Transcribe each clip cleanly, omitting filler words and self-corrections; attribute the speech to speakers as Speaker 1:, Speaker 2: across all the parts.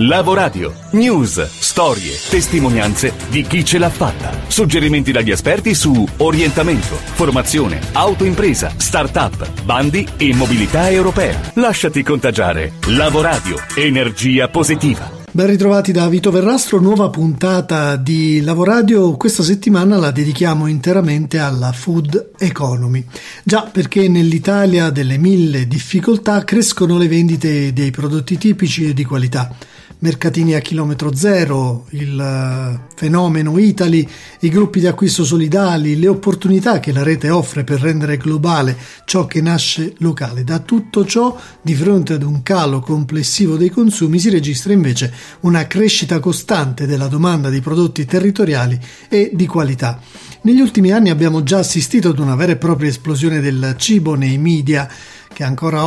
Speaker 1: Lavoradio. News, storie, testimonianze di chi ce l'ha fatta. Suggerimenti dagli esperti su orientamento, formazione, autoimpresa, start-up, bandi e mobilità europea. Lasciati contagiare. Lavoradio. Energia positiva.
Speaker 2: Ben ritrovati da Vito Verrastro, nuova puntata di Lavoradio. Questa settimana la dedichiamo interamente alla food economy. Già, perché nell'Italia delle mille difficoltà crescono le vendite dei prodotti tipici e di qualità. Mercatini a chilometro zero, il fenomeno Italy, i gruppi di acquisto solidali, le opportunità che la rete offre per rendere globale ciò che nasce locale. Da tutto ciò, di fronte ad un calo complessivo dei consumi, si registra invece una crescita costante della domanda di prodotti territoriali e di qualità. Negli ultimi anni abbiamo già assistito ad una vera e propria esplosione del cibo nei media, che ancora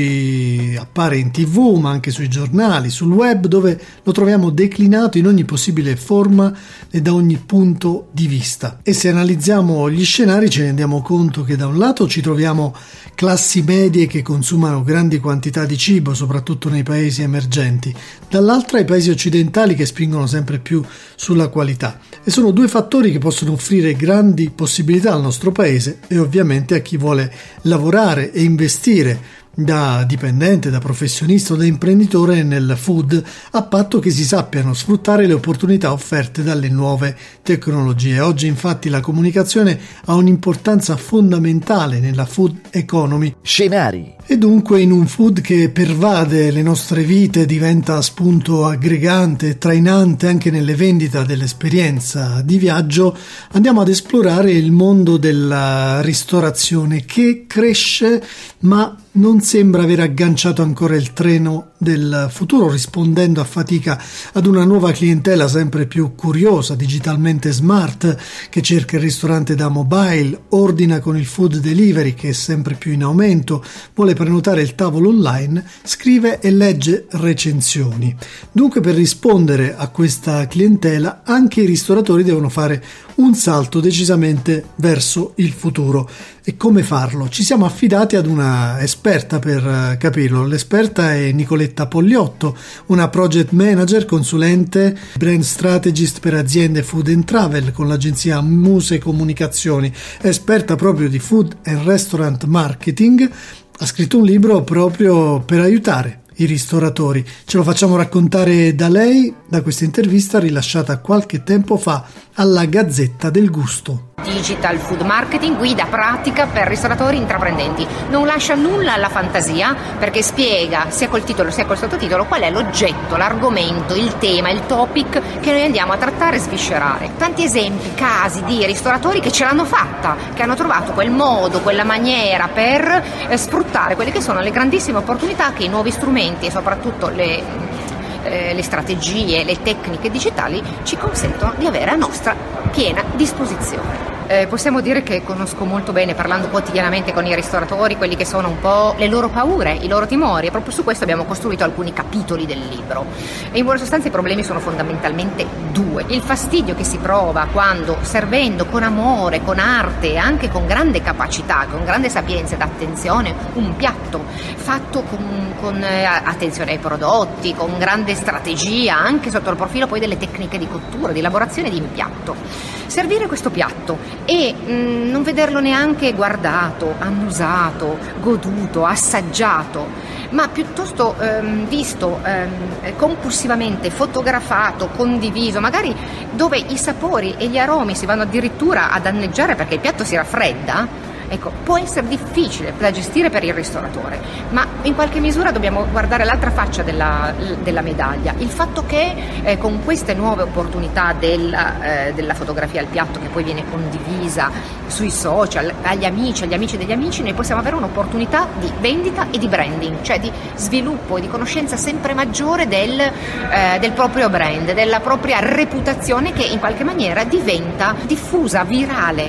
Speaker 2: oggi appare in TV, ma anche sui giornali, sul web, dove lo troviamo declinato in ogni possibile forma e da ogni punto di vista. E se analizziamo gli scenari ci rendiamo conto che da un lato ci troviamo classi medie che consumano grandi quantità di cibo, soprattutto nei paesi emergenti, dall'altra i paesi occidentali che spingono sempre più sulla qualità. E sono due fattori che possono offrire grandi possibilità al nostro paese e ovviamente a chi vuole lavorare e investire da dipendente, da professionista o da imprenditore nel food, a patto che si sappiano sfruttare le opportunità offerte dalle nuove tecnologie. Oggi infatti la comunicazione ha un'importanza fondamentale nella food economy.
Speaker 3: Scenari.
Speaker 2: E dunque in un food che pervade le nostre vite diventa spunto aggregante e trainante anche nelle vendite dell'esperienza di viaggio, andiamo ad esplorare il mondo della ristorazione, che cresce ma non sembra aver agganciato ancora il treno del futuro, rispondendo a fatica ad una nuova clientela sempre più curiosa, digitalmente smart, che cerca il ristorante da mobile, ordina con il food delivery che è sempre più in aumento, vuole prenotare il tavolo online, scrive e legge recensioni. Dunque, per rispondere a questa clientela anche i ristoratori devono fare un salto decisamente verso il futuro. E come farlo? Ci siamo affidati ad una esperta per capirlo. L'esperta è Nicoletta Pogliotto, una project manager, consulente, brand strategist per aziende food and travel con l'agenzia Muse Comunicazioni, esperta proprio di food and restaurant marketing. Ha scritto un libro proprio per aiutare i ristoratori. Ce lo facciamo raccontare da lei, da questa intervista rilasciata qualche tempo fa alla Gazzetta del Gusto.
Speaker 4: Digital Food Marketing, guida pratica per ristoratori intraprendenti. Non lascia nulla alla fantasia, perché spiega sia col titolo sia col sottotitolo qual è l'oggetto, l'argomento, il tema, il topic che noi andiamo a trattare e sviscerare. Tanti esempi, casi di ristoratori che ce l'hanno fatta, che hanno trovato quel modo, quella maniera per sfruttare quelle che sono le grandissime opportunità che i nuovi strumenti e soprattutto le strategie, le tecniche digitali ci consentono di avere a nostra piena disposizione. Possiamo dire che conosco molto bene, parlando quotidianamente con i ristoratori, quelli che sono un po' le loro paure, i loro timori, e proprio su questo abbiamo costruito alcuni capitoli del libro. E in buona sostanza i problemi sono fondamentalmente due: il fastidio che si prova quando, servendo con amore, con arte e anche con grande capacità, con grande sapienza ed attenzione, un piatto fatto con attenzione ai prodotti, con grande strategia, anche sotto il profilo poi delle tecniche di cottura, di elaborazione di impiatto. Servire questo piatto e non vederlo neanche guardato, annusato, goduto, assaggiato, ma piuttosto visto compulsivamente, fotografato, condiviso, magari dove i sapori e gli aromi si vanno addirittura a danneggiare perché il piatto si raffredda. Ecco, può essere difficile da gestire per il ristoratore, ma in qualche misura dobbiamo guardare l'altra faccia della medaglia, il fatto che con queste nuove opportunità della fotografia al piatto, che poi viene condivisa sui social, agli amici degli amici, noi possiamo avere un'opportunità di vendita e di branding, cioè di sviluppo e di conoscenza sempre maggiore del proprio brand, della propria reputazione, che in qualche maniera diventa diffusa, virale.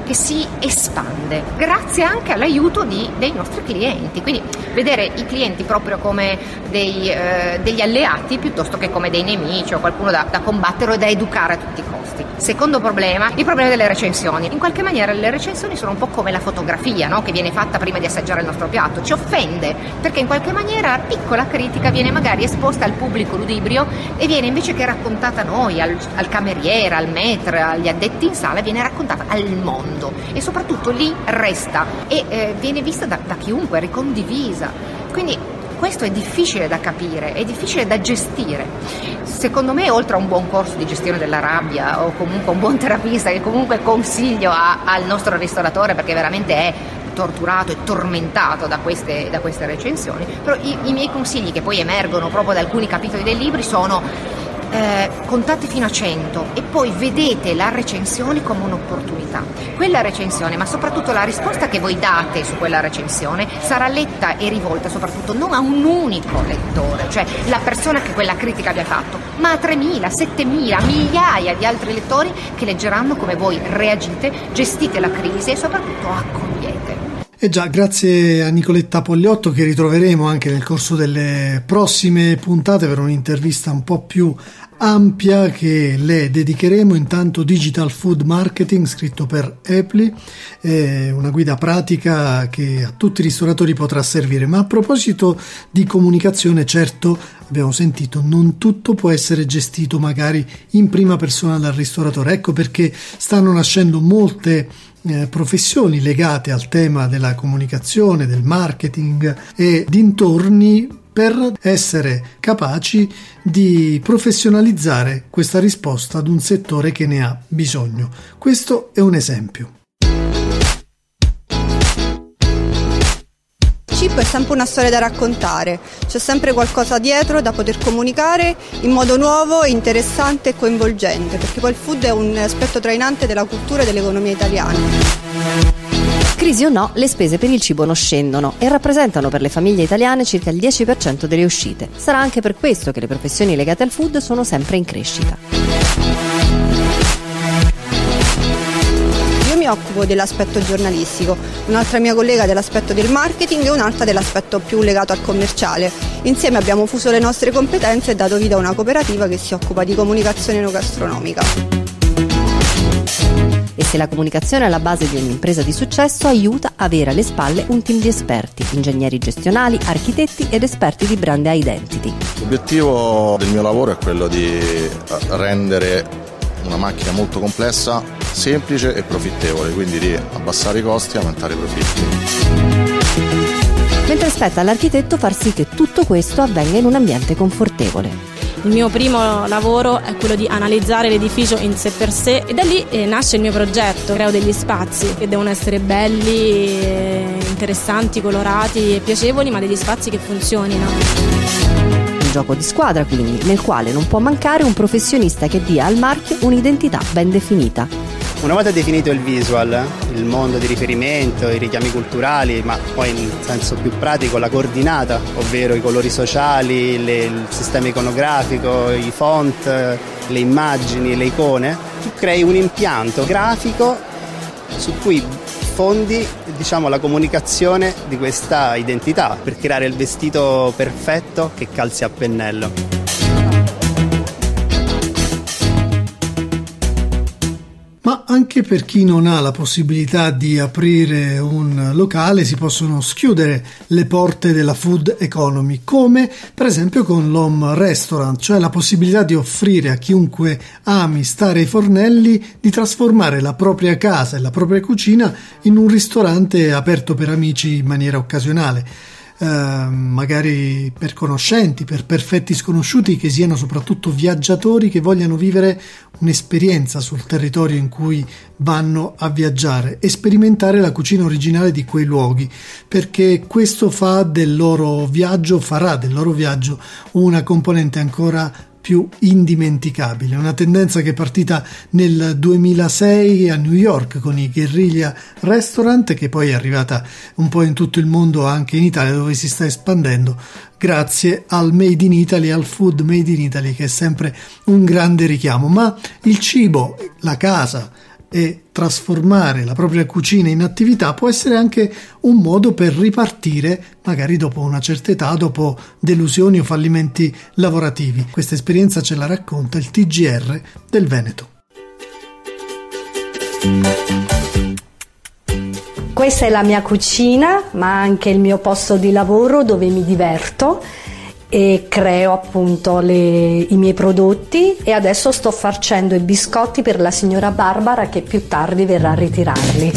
Speaker 4: che si espande grazie anche all'aiuto dei nostri clienti, quindi vedere i clienti proprio come degli alleati piuttosto che come dei nemici o qualcuno da combattere o da educare a tutti i costi. Secondo problema, il problema delle recensioni. In qualche maniera le recensioni sono un po' come la fotografia, no? Che viene fatta prima di assaggiare il nostro piatto, ci offende perché in qualche maniera la piccola critica viene magari esposta al pubblico ludibrio e viene invece che raccontata a noi, al cameriere, al maître, agli addetti in sala, viene raccontata al mondo e soprattutto lì resta e viene vista da chiunque, ricondivisa. Quindi questo è difficile da capire, è difficile da gestire. Secondo me, oltre a un buon corso di gestione della rabbia o comunque un buon terapista che comunque consiglio al nostro ristoratore, perché veramente è torturato e tormentato da queste recensioni, però i miei consigli, che poi emergono proprio da alcuni capitoli dei libri, sono contate fino a 100 e poi vedete la recensione come un'opportunità. Quella recensione, ma soprattutto la risposta che voi date su quella recensione, sarà letta e rivolta soprattutto non a un unico lettore, cioè la persona che quella critica abbia fatto, ma a 3.000, 7.000, migliaia di altri lettori che leggeranno come voi reagite, gestite la crisi e soprattutto accogliete.
Speaker 2: E già, grazie a Nicoletta Pogliotto, che ritroveremo anche nel corso delle prossime puntate per un'intervista un po' più ampia che le dedicheremo. Intanto Digital Food Marketing, scritto per Apply, una guida pratica che a tutti i ristoratori potrà servire. Ma a proposito di comunicazione, certo, abbiamo sentito, non tutto può essere gestito magari in prima persona dal ristoratore. Ecco perché stanno nascendo molte professioni legate al tema della comunicazione, del marketing e dintorni, per essere capaci di professionalizzare questa risposta ad un settore che ne ha bisogno. Questo è un esempio.
Speaker 3: Il cibo è sempre una storia da raccontare, c'è sempre qualcosa dietro da poter comunicare in modo nuovo, interessante e coinvolgente, perché poi il food è un aspetto trainante della cultura e dell'economia italiana.
Speaker 5: Crisi o no, le spese per il cibo non scendono e rappresentano per le famiglie italiane circa il 10% delle uscite. Sarà anche per questo che le professioni legate al food sono sempre in crescita.
Speaker 3: Io mi occupo dell'aspetto giornalistico, un'altra mia collega dell'aspetto del marketing e un'altra dell'aspetto più legato al commerciale. Insieme abbiamo fuso le nostre competenze e dato vita a una cooperativa che si occupa di comunicazione enogastronomica.
Speaker 5: E se la comunicazione è alla base di ogni impresa di successo, aiuta a avere alle spalle un team di esperti, ingegneri gestionali, architetti ed esperti di brand identity.
Speaker 6: L'obiettivo del mio lavoro è quello di rendere una macchina molto complessa, semplice e profittevole, quindi di abbassare i costi e aumentare i profitti.
Speaker 5: Mentre spetta all'architetto far sì che tutto questo avvenga in un ambiente confortevole.
Speaker 7: Il mio primo lavoro è quello di analizzare l'edificio in sé per sé e da lì nasce il mio progetto. Creo degli spazi che devono essere belli, interessanti, colorati e piacevoli, ma degli spazi che funzionino.
Speaker 5: Un gioco di squadra quindi, nel quale non può mancare un professionista che dia al marchio un'identità ben definita.
Speaker 8: Una volta definito il visual, il mondo di riferimento, i richiami culturali, ma poi in senso più pratico la coordinata, ovvero i colori sociali, il sistema iconografico, i font, le immagini, le icone, tu crei un impianto grafico su cui fondi, la comunicazione di questa identità per creare il vestito perfetto che calzi a pennello.
Speaker 2: Ma anche per chi non ha la possibilità di aprire un locale si possono schiudere le porte della food economy, come per esempio con l'home restaurant, cioè la possibilità di offrire a chiunque ami stare ai fornelli di trasformare la propria casa e la propria cucina in un ristorante aperto per amici in maniera occasionale. Magari per conoscenti, per perfetti sconosciuti, che siano soprattutto viaggiatori che vogliano vivere un'esperienza sul territorio in cui vanno a viaggiare e sperimentare la cucina originale di quei luoghi, perché questo farà del loro viaggio una componente ancora più indimenticabile. Una tendenza che è partita nel 2006 a New York con i Guerrilla Restaurant, che poi è arrivata un po' in tutto il mondo, anche in Italia, dove si sta espandendo grazie al Made in Italy, al food Made in Italy, che è sempre un grande richiamo. Ma il cibo, la casa e trasformare la propria cucina in attività può essere anche un modo per ripartire magari dopo una certa età, dopo delusioni o fallimenti lavorativi. Questa esperienza ce la racconta il TGR del Veneto.
Speaker 9: Questa è la mia cucina, ma anche il mio posto di lavoro dove mi diverto e creo appunto i miei prodotti, e adesso sto farcendo i biscotti per la signora Barbara che più tardi verrà a ritirarli.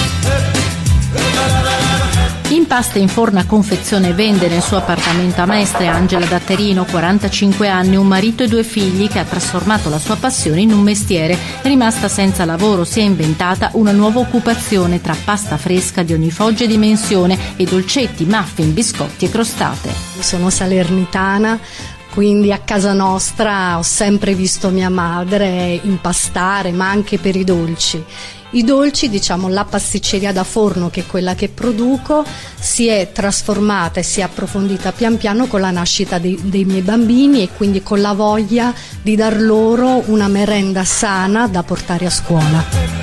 Speaker 10: Impasta, inforna, confeziona e vende nel suo appartamento a Mestre Angela Datterino, 45 anni, un marito e 2 figli, che ha trasformato la sua passione in un mestiere. Rimasta senza lavoro, si è inventata una nuova occupazione tra pasta fresca di ogni foggia e dimensione e dolcetti, muffin, biscotti e crostate.
Speaker 9: Sono salernitana, quindi a casa nostra ho sempre visto mia madre impastare, ma anche per i dolci. I dolci, diciamo, la pasticceria da forno, che è quella che produco, si è trasformata e si è approfondita pian piano con la nascita dei miei bambini, e quindi con la voglia di dar loro una merenda sana da portare a scuola.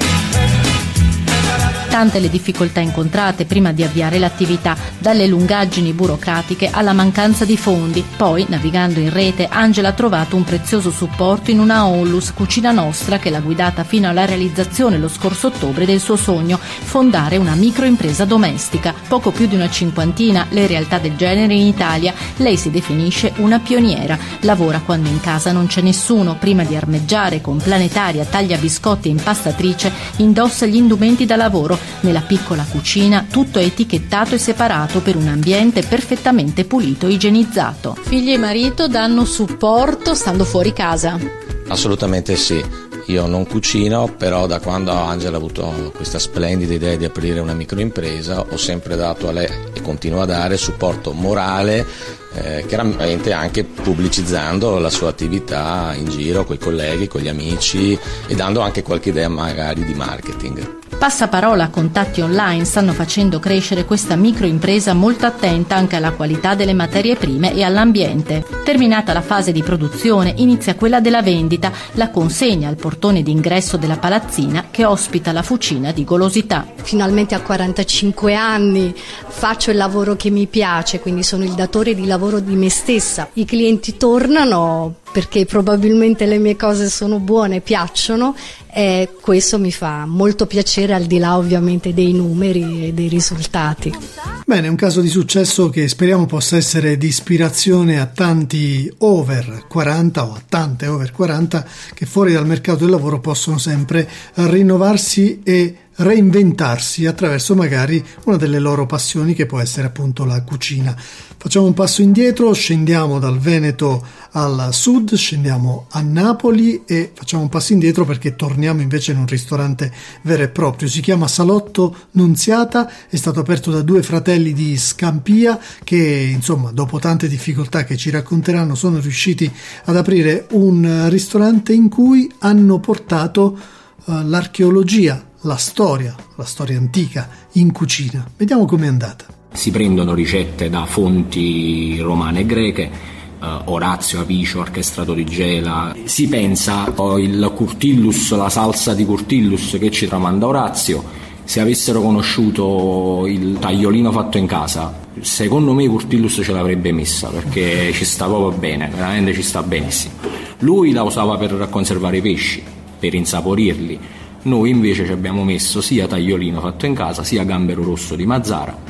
Speaker 10: Tante le difficoltà incontrate prima di avviare l'attività, dalle lungaggini burocratiche alla mancanza di fondi. Poi, navigando in rete, Angela ha trovato un prezioso supporto in una Onlus, Cucina Nostra, che l'ha guidata fino alla realizzazione lo scorso ottobre del suo sogno, fondare una microimpresa domestica. Poco più di una cinquantina le realtà del genere in Italia. Lei si definisce una pioniera. Lavora quando in casa non c'è nessuno. Prima di armeggiare con planetaria, taglia biscotti e impastatrice, indossa gli indumenti da lavoro. Nella piccola cucina tutto è etichettato e separato per un ambiente perfettamente pulito e igienizzato. Figli e marito danno supporto stando fuori casa?
Speaker 11: Assolutamente sì. Io non cucino, però da quando Angela ha avuto questa splendida idea di aprire una microimpresa ho sempre dato a lei, e continuo a dare, supporto morale, chiaramente anche pubblicizzando la sua attività in giro con i colleghi, con gli amici, e dando anche qualche idea magari di marketing.
Speaker 10: Passaparola, contatti online stanno facendo crescere questa microimpresa molto attenta anche alla qualità delle materie prime e all'ambiente. Terminata la fase di produzione, inizia quella della vendita, la consegna al portone d'ingresso della palazzina che ospita la fucina di golosità.
Speaker 9: Finalmente a 45 anni faccio il lavoro che mi piace, quindi sono il datore di lavoro di me stessa. I clienti tornano perché probabilmente le mie cose sono buone, piacciono, e questo mi fa molto piacere, al di là ovviamente dei numeri e dei risultati.
Speaker 2: Bene, un caso di successo che speriamo possa essere di ispirazione a tanti over 40 o a tante over 40 che fuori dal mercato del lavoro possono sempre rinnovarsi e reinventarsi attraverso magari una delle loro passioni, che può essere appunto la cucina. Facciamo un passo indietro, scendiamo dal Veneto al sud, scendiamo a Napoli e facciamo un passo indietro perché torniamo invece in un ristorante vero e proprio. Si chiama Salotto Nunziata, è stato aperto da 2 fratelli di Scampia che, insomma, dopo tante difficoltà che ci racconteranno, sono riusciti ad aprire un ristorante in cui hanno portato l'archeologia, la storia antica in cucina. Vediamo com'è andata.
Speaker 12: Si prendono ricette da fonti romane e greche, Orazio, Apicio, Archestrato di Gela. Si pensa il Curtillus, la salsa di Curtillus che ci tramanda Orazio. Se avessero conosciuto il tagliolino fatto in casa, secondo me Curtillus ce l'avrebbe messa, perché ci sta proprio bene, veramente ci sta benissimo. Lui la usava per conservare i pesci, per insaporirli. Noi invece ci abbiamo messo sia tagliolino fatto in casa, sia gambero rosso di Mazzara,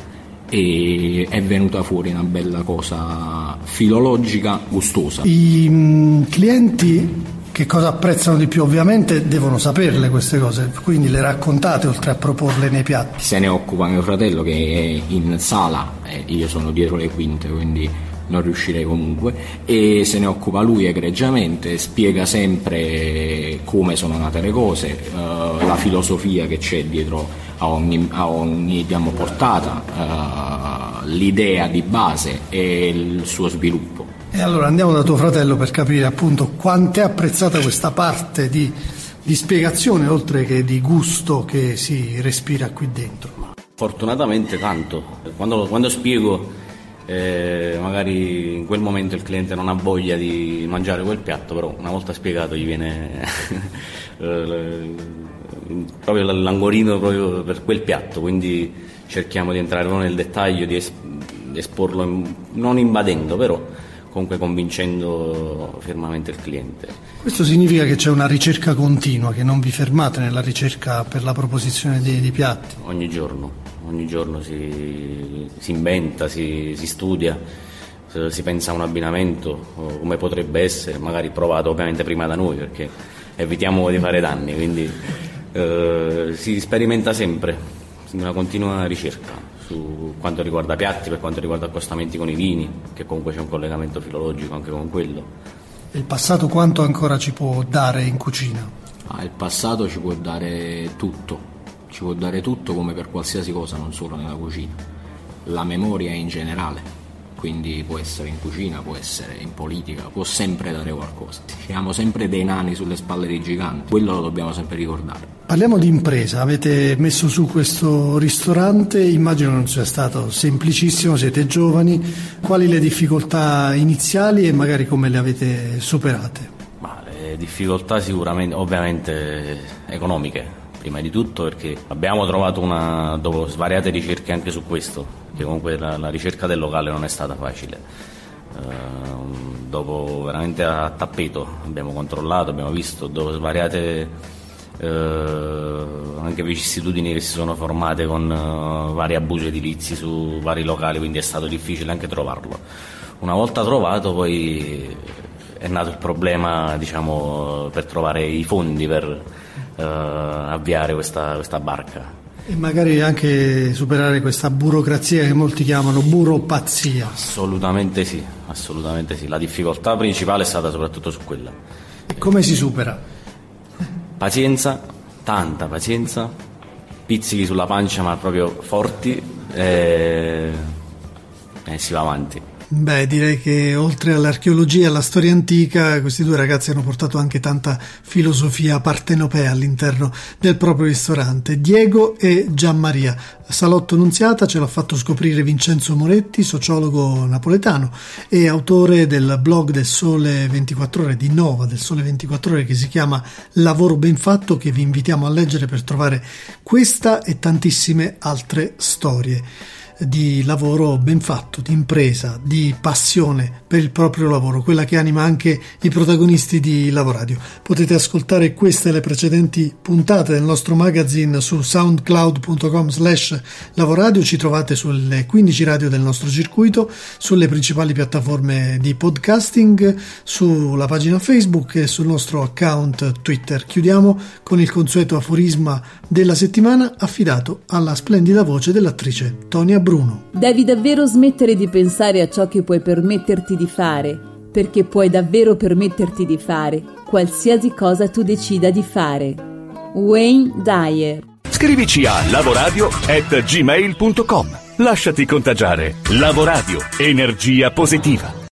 Speaker 12: e è venuta fuori una bella cosa filologica, gustosa.
Speaker 2: I clienti che cosa apprezzano di più? Ovviamente devono saperle queste cose, quindi le raccontate oltre a proporle nei piatti.
Speaker 12: Se ne occupa mio fratello, che è in sala, io sono dietro le quinte, quindi non riuscirei comunque, e se ne occupa lui egregiamente, spiega sempre come sono nate le cose, la filosofia che c'è dietro a ogni diamo portata, l'idea di base e il suo sviluppo.
Speaker 2: E allora andiamo da tuo fratello per capire appunto quanto è apprezzata questa parte di spiegazione oltre che di gusto che si respira qui dentro.
Speaker 13: Fortunatamente tanto. Quando spiego, magari in quel momento il cliente non ha voglia di mangiare quel piatto, però una volta spiegato gli viene proprio l'angolino proprio per quel piatto, quindi cerchiamo di entrare non nel dettaglio, di esporlo non invadendo, però comunque convincendo fermamente il cliente.
Speaker 2: Questo significa che c'è una ricerca continua, che non vi fermate nella ricerca per la proposizione di piatti?
Speaker 13: Ogni giorno si inventa, si studia, si pensa a un abbinamento, come potrebbe essere, magari provato ovviamente prima da noi, perché evitiamo di fare danni, quindi si sperimenta sempre, una continua ricerca su quanto riguarda piatti, per quanto riguarda accostamenti con i vini, che comunque c'è un collegamento filologico anche con quello.
Speaker 2: Il passato quanto ancora ci può dare in cucina?
Speaker 12: Il passato ci può dare tutto come per qualsiasi cosa, non solo nella cucina. La memoria in generale, quindi può essere in cucina, può essere in politica, può sempre dare qualcosa. Siamo sempre dei nani sulle spalle dei giganti, quello lo dobbiamo sempre ricordare.
Speaker 2: Parliamo di impresa, avete messo su questo ristorante, immagino non sia stato semplicissimo, siete giovani, quali le difficoltà iniziali e magari come le avete superate?
Speaker 13: Le difficoltà sicuramente, ovviamente economiche, prima di tutto, perché abbiamo trovato dopo svariate ricerche anche su questo, che comunque la ricerca del locale non è stata facile. Dopo veramente a tappeto abbiamo controllato, abbiamo visto, dopo svariate anche vicissitudini che si sono formate con vari abusi edilizi su vari locali, quindi è stato difficile anche trovarlo. Una volta trovato poi è nato il problema, diciamo, per trovare i fondi per avviare questa barca.
Speaker 2: E magari anche superare questa burocrazia che molti chiamano buropazzia.
Speaker 13: Assolutamente sì. La difficoltà principale è stata soprattutto su quella.
Speaker 2: E come si supera?
Speaker 13: Pazienza, tanta pazienza, pizzichi sulla pancia ma proprio forti e si va avanti.
Speaker 2: Beh, direi che oltre all'archeologia e alla storia antica, questi due ragazzi hanno portato anche tanta filosofia partenopea all'interno del proprio ristorante. Diego e Gianmaria. Salotto Nunziata ce l'ha fatto scoprire Vincenzo Moretti, sociologo napoletano e autore del blog del Sole 24 Ore, di Nova del Sole 24 Ore, che si chiama Lavoro ben fatto, che vi invitiamo a leggere per trovare questa e tantissime altre storie di lavoro ben fatto, di impresa, di passione per il proprio lavoro, quella che anima anche i protagonisti di Lavoradio. Potete ascoltare queste e le precedenti puntate del nostro magazine su soundcloud.com/lavoradio, ci trovate sulle 15 radio del nostro circuito, sulle principali piattaforme di podcasting, sulla pagina Facebook e sul nostro account Twitter. Chiudiamo con il consueto aforisma della settimana affidato alla splendida voce dell'attrice Tonia Bruno.
Speaker 14: Devi davvero smettere di pensare a ciò che puoi permetterti di fare, perché puoi davvero permetterti di fare qualsiasi cosa tu decida di fare. Wayne Dyer.
Speaker 1: Scrivici a lavoradio@gmail.com. Lasciati contagiare. Lavoradio, energia positiva.